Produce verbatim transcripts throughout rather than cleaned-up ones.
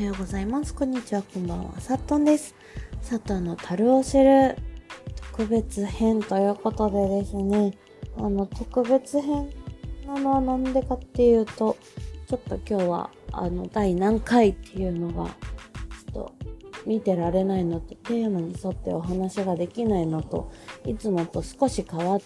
はようございます。こんにちは、こんばんは。さっとんです。さっとんの樽を知る特別編ということでですね、あの特別編なのはなんでかっていうと、ちょっと今日はあの第何回っていうのがちょっと見てられないのと、テーマに沿ってお話ができないのと、いつもと少し変わって、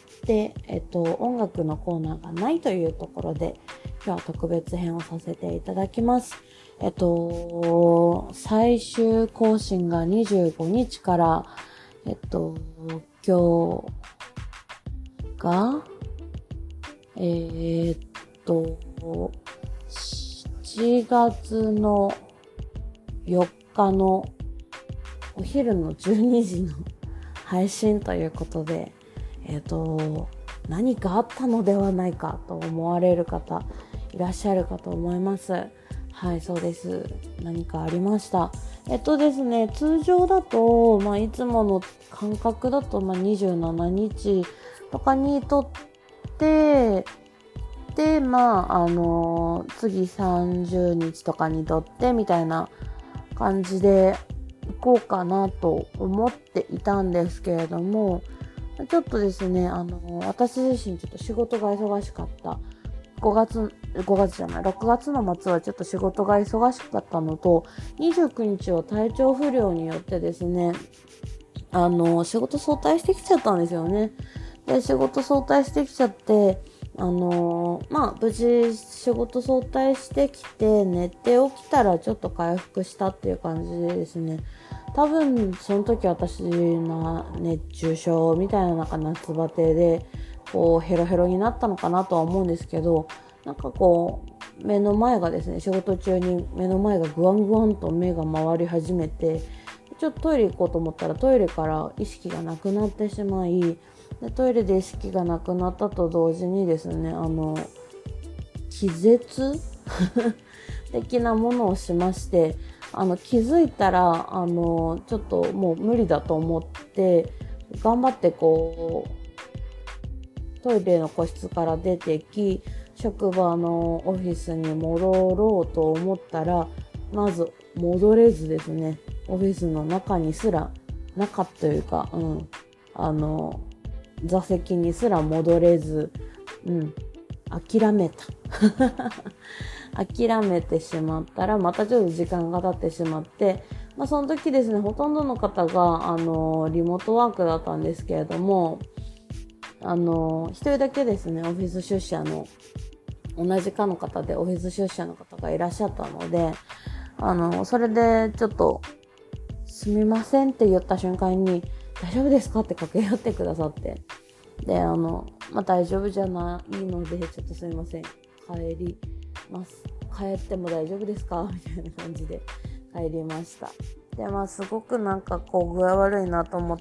えっと、音楽のコーナーがないというところで、今日は特別編をさせていただきます。えっと、最終更新がにじゅうごにちから、えっと、今日が、えー、っと、しちがつのよっかのお昼のじゅうにじの配信ということで、えっと、何かあったのではないかと思われる方いらっしゃるかと思います。はい、そうです。何かありました。えっとですね、通常だと、まあ、いつもの感覚だと、まあ、にじゅうしちにちとかに撮って、で、まあ、あのー、次さんじゅうにちとかに撮ってみたいな感じで行こうかなと思っていたんですけれども、ちょっとですね、あのー、私自身ちょっと仕事が忙しかった。ごがつ、ごがつじゃない、ろくがつの末はちょっと仕事が忙しかったのと、にじゅうくにちは体調不良によってですね、あの、仕事早退してきちゃったんですよね。で、仕事早退してきちゃって、あのまあ、無事仕事早退してきて、寝て起きたらちょっと回復したっていう感じでですね、多分その時私の熱中症みたいななんか夏バテで、こうヘロヘロになったのかなとは思うんですけど、なんかこう目の前がですね、仕事中に目の前がグワングワンと目が回り始めて、ちょっとトイレ行こうと思ったらトイレから意識がなくなってしまい、でトイレで意識がなくなったと同時にですね、あの気絶的なものをしまして、あの気づいたらあのちょっともう無理だと思って頑張ってこうトイレの個室から出てき、職場のオフィスに戻ろうと思ったら、まず戻れずですね、オフィスの中にすら中というか、うん、あの座席にすら戻れず、うん、諦めた諦めてしまったら、またちょっと時間が経ってしまって、まあ、その時ですね、ほとんどの方があのリモートワークだったんですけれども、あの一人だけですね、オフィス出社の同じ科の方でオフィス出社の方がいらっしゃったので、あのそれでちょっとすみませんって言った瞬間に、大丈夫ですかって駆け寄ってくださって、であの、まあ、大丈夫じゃないのでちょっとすみません、帰ります帰っても大丈夫ですかみたいな感じで帰りました。でまあすごくなんかこう具合悪いなと思って、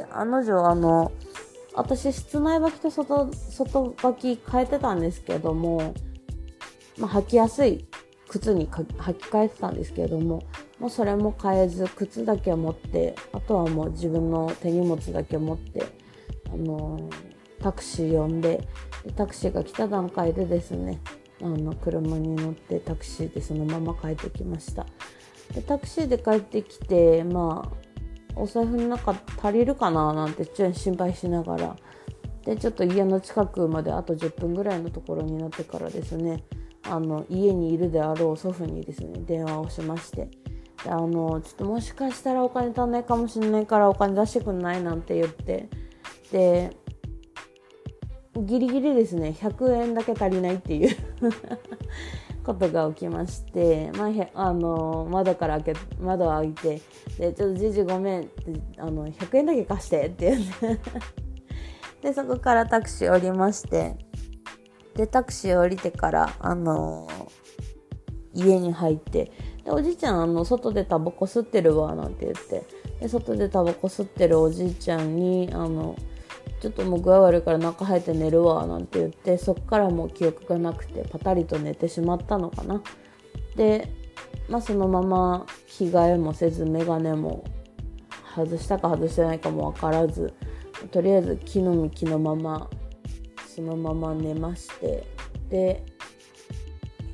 案の定あの私室内履きと 外, 外履き変えてたんですけども、まあ、履きやすい靴に履き替えてたんですけれども、もうそれも変えず靴だけ持って、あとはもう自分の手荷物だけ持って、あのー、タクシー呼んで、タクシーが来た段階でですね、あの車に乗ってタクシーでそのまま帰ってきました。でタクシーで帰ってきて、まあお財布の中足りるかななんてちょっと心配しながら、でちょっと家の近くまであとじゅっぷんぐらいのところになってからですね、あの家にいるであろう祖父にですね電話をしまして、であのちょっともしかしたらお金足んないかもしれないからお金出してくんないなんて言って、でギリギリですねひゃくえんだけ足りないっていうことが起きまして、まあ、あの窓から開け窓を開いて、でちょっとじいじごめんってあのひゃくえんだけ貸してって言ってでそこからタクシー降りまして、でタクシー降りてからあの家に入って、でおじいちゃんあの外でタバコ吸ってるわなんて言って、で外でタバコ吸ってるおじいちゃんにあのちょっともう具合悪いから中入って寝るわなんて言って、そっからもう記憶がなくてパタリと寝てしまったのかな。で、まあ、そのまま着替えもせず眼鏡も外したか外してないかも分からず、とりあえず木の実木のままそのまま寝まして、で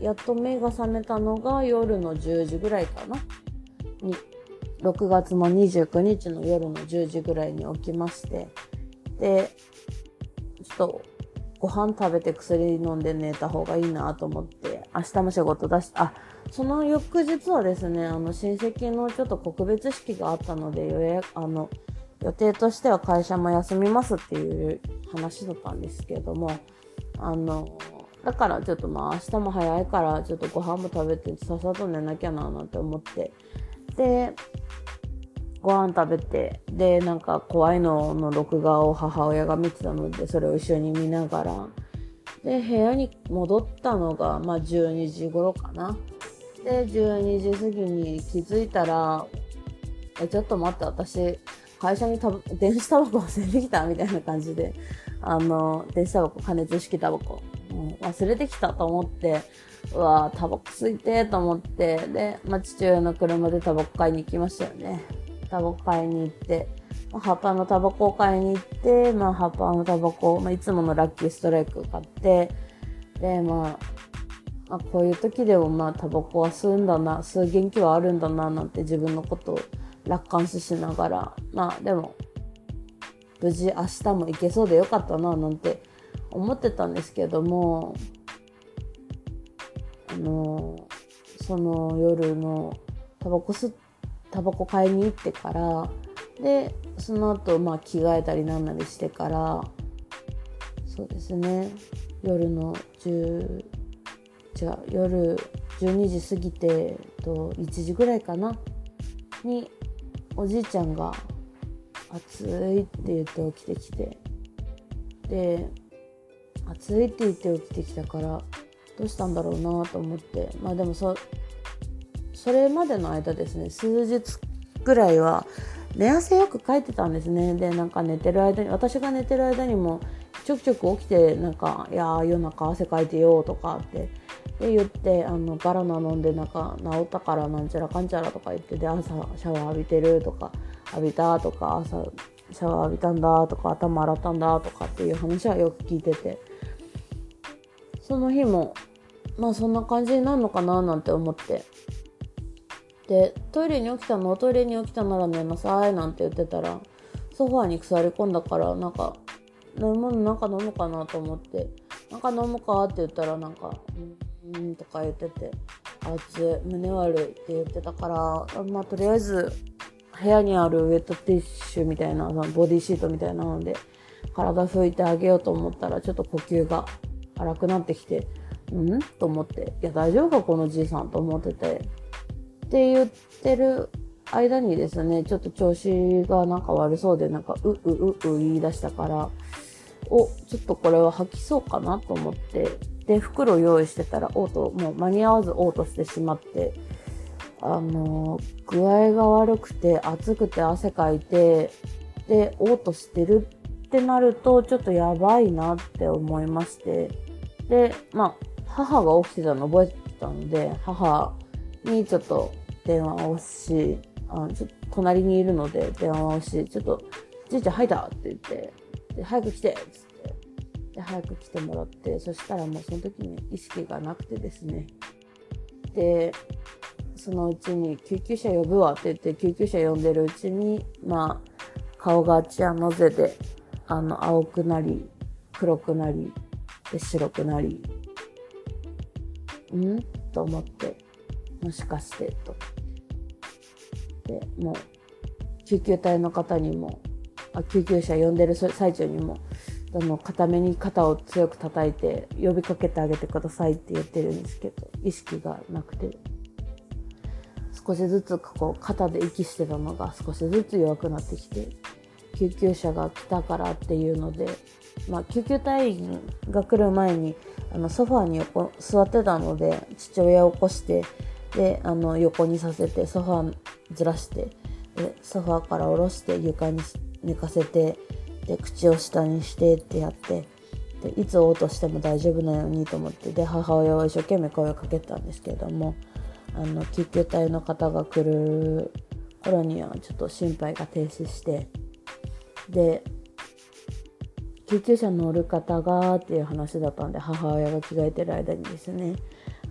やっと目が覚めたのが夜のじゅうじぐらいかなに、ろくがつのにじゅうくにちの夜のじゅうじぐらいに起きまして、でちょっとご飯食べて薬飲んで寝た方がいいなと思って、明日も仕事だし、あ、その翌日はですね、あの親戚のちょっと告別式があったので、予約、あの予定としては会社も休みますっていう話だったんですけども、あのだからちょっとまあ明日も早いからちょっとご飯も食べてさっさと寝なきゃななんて思って、でご飯食べて、でなんか怖いのの録画を母親が見てたので、それを一緒に見ながら、で部屋に戻ったのがまあじゅうにじ頃かな。でじゅうにじ過ぎに気づいたら、えちょっと待って、私会社にた電子タバコ忘れてきたみたいな感じで、あの電子タバコ、加熱式タバコ、うん、忘れてきたと思って、うわタバコ吸いてと思って、で、まあ、父親の車でタバコ買いに行きましたよね。タバコ買いに行って、まあ、葉っぱのタバコを買いに行って、まあ、葉っぱのタバコ、まあ、いつものラッキーストライクを買って、で、まあ、まあ、こういう時でもまあタバコは吸うんだな、吸う元気はあるんだななんて自分のことを楽観視しながら、まあでも無事明日も行けそうでよかったななんて思ってたんですけども、あのその夜のタバコ吸タバコ買いに行ってから、でその後まあ着替えたりなんなりしてから、そうですね、夜のじゅう違う夜じゅうにじ過ぎてといちじぐらいかなに、おじいちゃんが暑いって言って起きてきて、で暑いって言って起きてきたから、どうしたんだろうなと思って、まあでも そ, それまでの間ですね、数日ぐらいは寝汗よくかいてたんですね。でなんか寝てる間に、私が寝てる間にもちょくちょく起きて、なんかいやー夜中汗かいてよとかってで言って、あのガラナ飲んでなんか治ったからなんちゃらかんちゃらとか言って、で朝シャワー浴びてるとか、浴びたとか、朝シャワー浴びたんだとか、頭洗ったんだとかっていう話はよく聞いてて、その日もまあそんな感じになるのかななんて思って、でトイレに起きたのトイレに起きたなら寝なさいなんて言ってたら、ソファーに座り込んだから、なんか飲むものなんか飲むかなと思って、なんか飲むかって言ったら、なんかうーんとか言ってて、熱い胸悪いって言ってたから、まあとりあえず部屋にあるウェットティッシュみたいなボディシートみたいなので体拭いてあげようと思ったら、ちょっと呼吸が荒くなってきて、んと思って、いや大丈夫かこのじいさんと思ってて、って言ってる間にですね、ちょっと調子がなんか悪そうで、なんかうううう言い出したから、おちょっとこれは吐きそうかなと思って、で袋用意してたら嘔吐、もう間に合わず嘔吐してしまって、あの具合が悪くて暑くて汗かいて、で嘔吐してるってなるとちょっとやばいなって思いまして、でまあ母が起きてたの覚えてたので、母にちょっと電話をし、あちょっと隣にいるので電話をし、ちょっとじいちゃん吐いたって言って、で早く来てっつって、で早く来てもらって、そしたらもうその時に意識がなくてですね、でそのうちに救急車呼ぶわって言って救急車呼んでるうちに、まあ顔がチアノゼで、あの青くなり黒くなりで白くなり、んと思って、もしかしてと。でもう救急隊の方にも、あ救急車呼んでる最中にも、あの固めに肩を強く叩いて呼びかけてあげてくださいって言ってるんですけど、意識がなくて、少しずつこう肩で息してたのが少しずつ弱くなってきて、救急車が来たからっていうので、まあ、救急隊員が来る前にあのソファーに横座ってたので、父親を起こして、であの横にさせてソファーずらして、でソファーから下ろして床に寝かせて、で口を下にしてってやって、でいつ嘔吐しても大丈夫なようにと思って、で母親は一生懸命声をかけたんですけれども、あの救急隊の方が来る頃にはちょっと心肺が停止して、で救急車乗る方がっていう話だったんで、母親が着替えてる間にですね、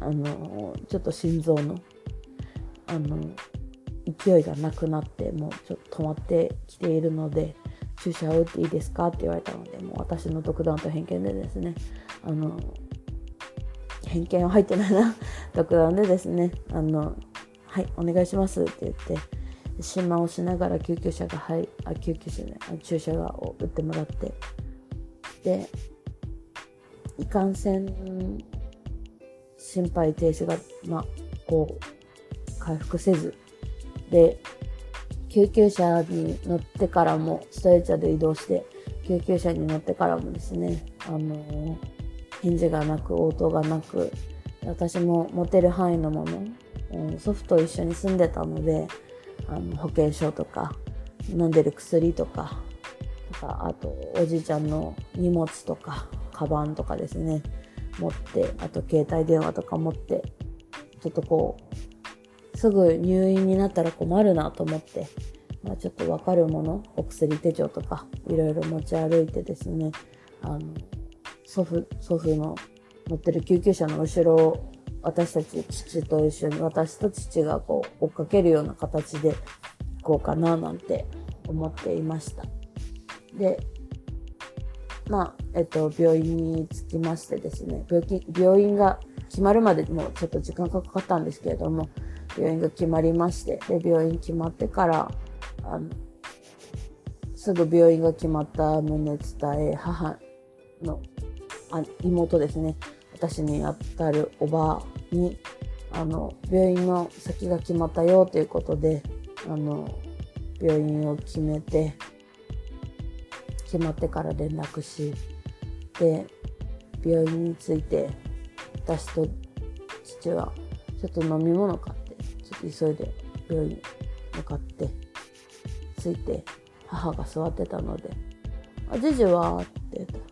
あのちょっと心臓のあの勢いがなくなってもうちょっと止まってきているので、注射を打っていいですかって言われたので、もう私の独断と偏見でですね、あの偏見は入ってないな独断でですね、あのはいお願いしますって言って心マをしながら救急車が入あ救急車ね注射を打ってもらって、でいかんせん心肺停止がまあこう回復せずで、救急車に乗ってからもストレッチャーで移動して救急車に乗ってからもですね、あのー、返事がなく応答がなく、私も持てる範囲のもの、うん、祖父と一緒に住んでたので、あの保険証とか飲んでる薬とかとか、あとおじいちゃんの荷物とかカバンとかですね持って、あと携帯電話とか持って、ちょっとこうすぐ入院になったら困るなと思って、まあ、ちょっと分かるもの、お薬手帳とかいろいろ持ち歩いてですね、あの祖父祖父の乗ってる救急車の後ろを私たち父と一緒に、私と父がこう追っかけるような形で行こうかななんて思っていました。で、まあえっと病院に着きましてですね、病気病院が決まるまでもうちょっと時間がかかったんですけれども、病院が決まりまして、で病院決まってからあのすぐ病院が決まった旨伝え、母のあ妹ですね、私にあたるおばにあの病院の先が決まったよということで、あの病院を決めて決まってから連絡し、で病院に着いて私と父はちょっと飲み物買ってちょっと急いで病院向かって着いて、母が座ってたので「あ、ジジは?」って言ったら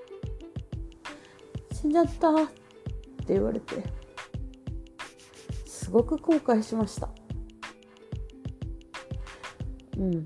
「死んじゃった」って言われて、すごく後悔しました。うん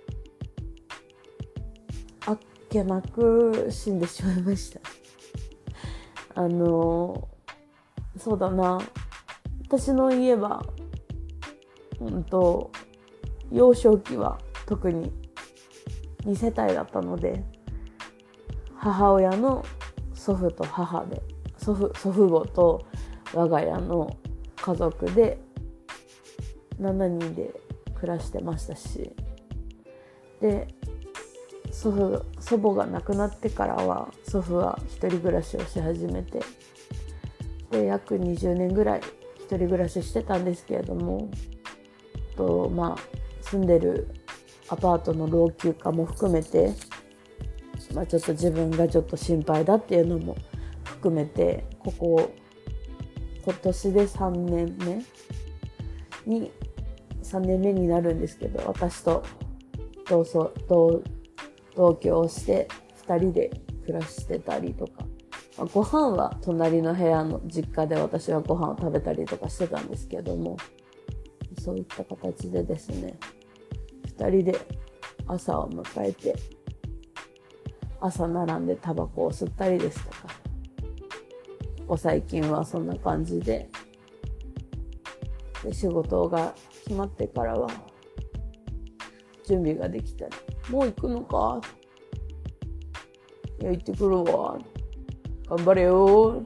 あっけなく死んでしまいました。あのそうだな、私の言えばうんと幼少期は特にに世帯だったので、母親の祖父と母で祖父、祖父母と我が家の家族でしちにんで暮らしてましたし、で祖父祖母が亡くなってからは祖父は一人暮らしをし始めて、で約にじゅうねんぐらい一人暮らししてたんですけれども、とまあ住んでるアパートの老朽化も含めて、まあ、ちょっと自分がちょっと心配だっていうのも含めて、ここ今年でさんねんめにさんねんめになるんですけど、私と同窓同同居をしてふたりで暮らしてたりとか、まあ、ご飯は隣の部屋の実家で私はご飯を食べたりとかしてたんですけども、そういった形でですね、ふたりで朝を迎えて、朝並んでタバコを吸ったりですとか、ここ最近はそんな感じで、で仕事が決まってからは準備ができたら「もう行くのか?」「いや行ってくるわ」「頑張れよ」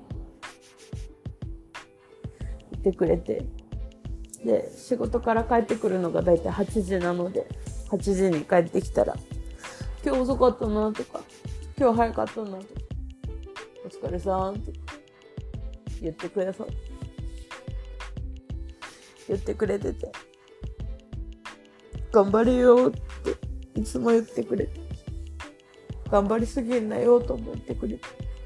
言ってくれて、で仕事から帰ってくるのがだいたいはちじなので、はちじに帰ってきたら「今日遅かったな」とか「今日早かったな」とか「お疲れさん」とか言ってくださって言ってくれてて、頑張れよっていつも言ってくれて、頑張りすぎんなよとも言ってくれて、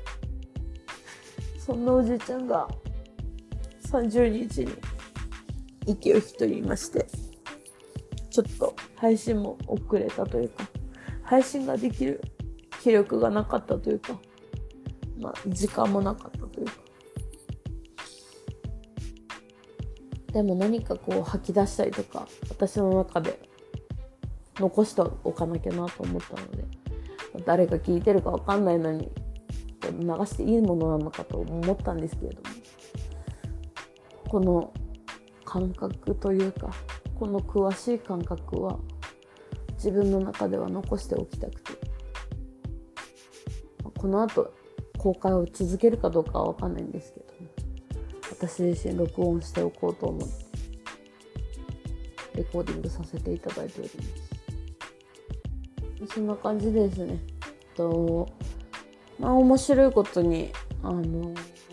そんなおじいちゃんがさんじゅうにちに息を引き取りまして、ちょっと配信も遅れたというか、配信ができる気力がなかったというか、まあ時間もなかったというか、でも何かこう吐き出したりとか、私の中で残しておかなきゃなと思ったので、誰が聞いてるか分かんないのに流していいものなのかと思ったんですけれども、 この感覚というか、この詳しい感覚は自分の中では残しておきたくて、この後公開を続けるかどうかは分かんないんですけども、私自身録音しておこうと思ってレコーディングさせていただいております。そんな感じですね。とまあ面白いことにあの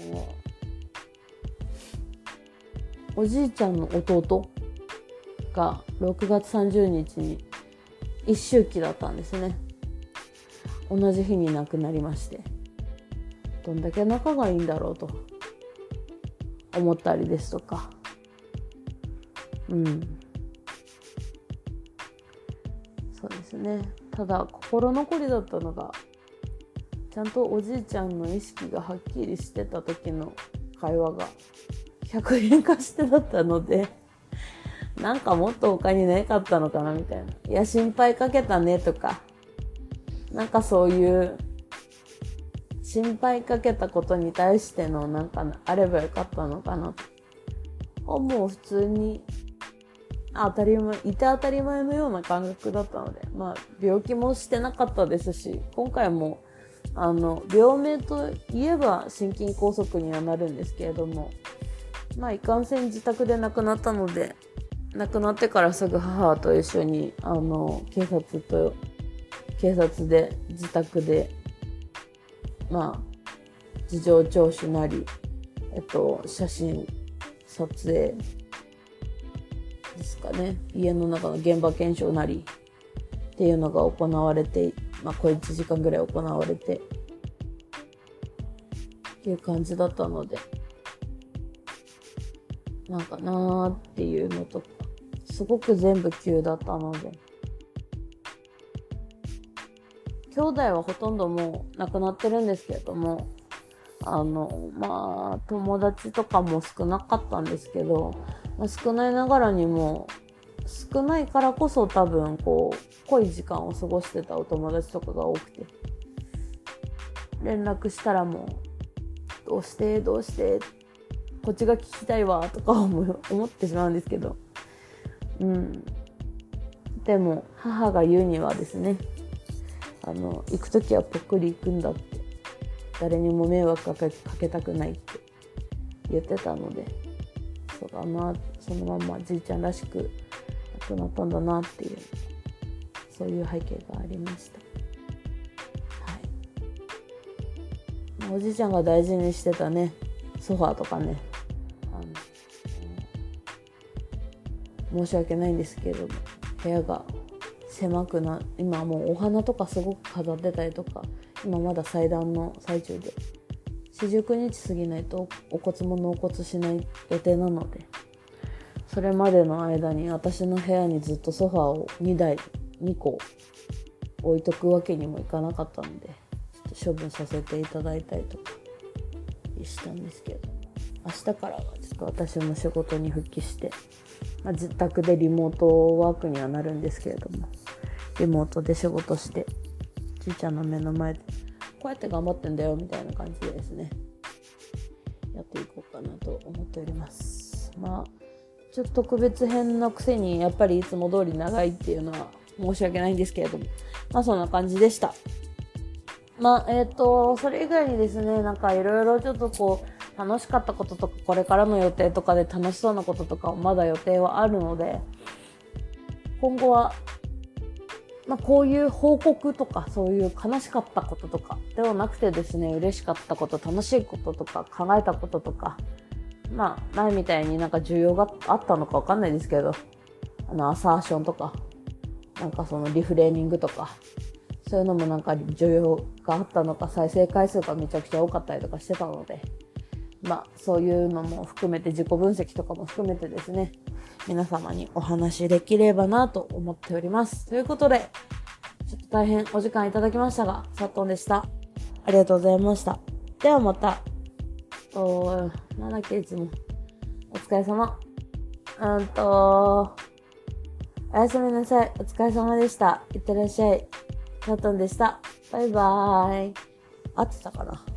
おじいちゃんの弟がろくがつさんじゅうにちに一周忌だったんですね。同じ日に亡くなりまして、どんだけ仲がいいんだろうと思ったりですとか、うんそうですね。ただ心残りだったのが、ちゃんとおじいちゃんの意識がはっきりしてた時の会話がひゃくえん貸してだったので、なんかもっと他になかったのかなみたいな。いや心配かけたねとか、なんかそういう心配かけたことに対してのなんかあればよかったのかなと。もう普通に当たり前、いて当たり前のような感覚だったので、まあ病気もしてなかったですし、今回もあの病名といえば心筋梗塞にはなるんですけれども、まあいかんせん自宅で亡くなったので、亡くなってからすぐ母と一緒にあの警察と警察で自宅でまあ事情聴取なり、えっと写真撮影ですかね、家の中の現場検証なりっていうのが行われて、まあ小いちじかんぐらい行われてっていう感じだったので、なんかなーっていうのとか、すごく全部急だったので、兄弟はほとんどもう亡くなってるんですけれども、あのまあ友達とかも少なかったんですけど、まあ、少ないながらにも少ないからこそ多分こう濃い時間を過ごしてたお友達とかが多くて、連絡したらもうどうしてどうしてこっちが聞きたいわとか思思ってしまうんですけど、うんでも母が言うにはですね、あの行くときはぽっくり行くんだって、誰にも迷惑かけ、かけたくないって言ってたので、そうだな、そのまんまじいちゃんらしく亡くなったんだなっていう、そういう背景がありました。はい。おじいちゃんが大事にしてたねソファーとかね、あの申し訳ないんですけれども、部屋が狭くな、今もうお花とかすごく飾ってたりとか、今まだ祭壇の最中で四十九日過ぎないとお骨も納骨しない予定なので、それまでの間に私の部屋にずっとソファーをにだいにこ置いとくわけにもいかなかったので、ちょっと処分させていただいたりとかしたんですけど、明日からはちょっと私も仕事に復帰して、まあ、自宅でリモートワークにはなるんですけれども、リモートで仕事してじいちゃんの目の前でこうやって頑張ってんだよみたいな感じでですね、やっていこうかなと思っております。まあちょっと特別編のくせにやっぱりいつも通り長いっていうのは申し訳ないんですけれども、まあそんな感じでした。まあえっとそれ以外にですね、なんかいろいろちょっとこう楽しかったこととか、これからの予定とかで楽しそうなこととかまだ予定はあるので、今後はまあ、こういう報告とかそういう悲しかったこととかではなくてですね、嬉しかったこと、楽しいこととか考えたこととか、まあ前みたいになんか需要があったのかわかんないですけど、あのアサーションとかなんかそのリフレーミングとか、そういうのもなんか需要があったのか、再生回数がめちゃくちゃ多かったりとかしてたので、まあそういうのも含めて自己分析とかも含めてですね、皆様にお話しできればなと思っております。ということで、ちょっと大変お時間いただきましたが、さっとんでした。ありがとうございました。ではまた、おなんだっけいつも。お疲れ様。うんと、おやすみなさい。お疲れ様でした。いってらっしゃい。さっとんでした。バイバーイ。合ってたかな。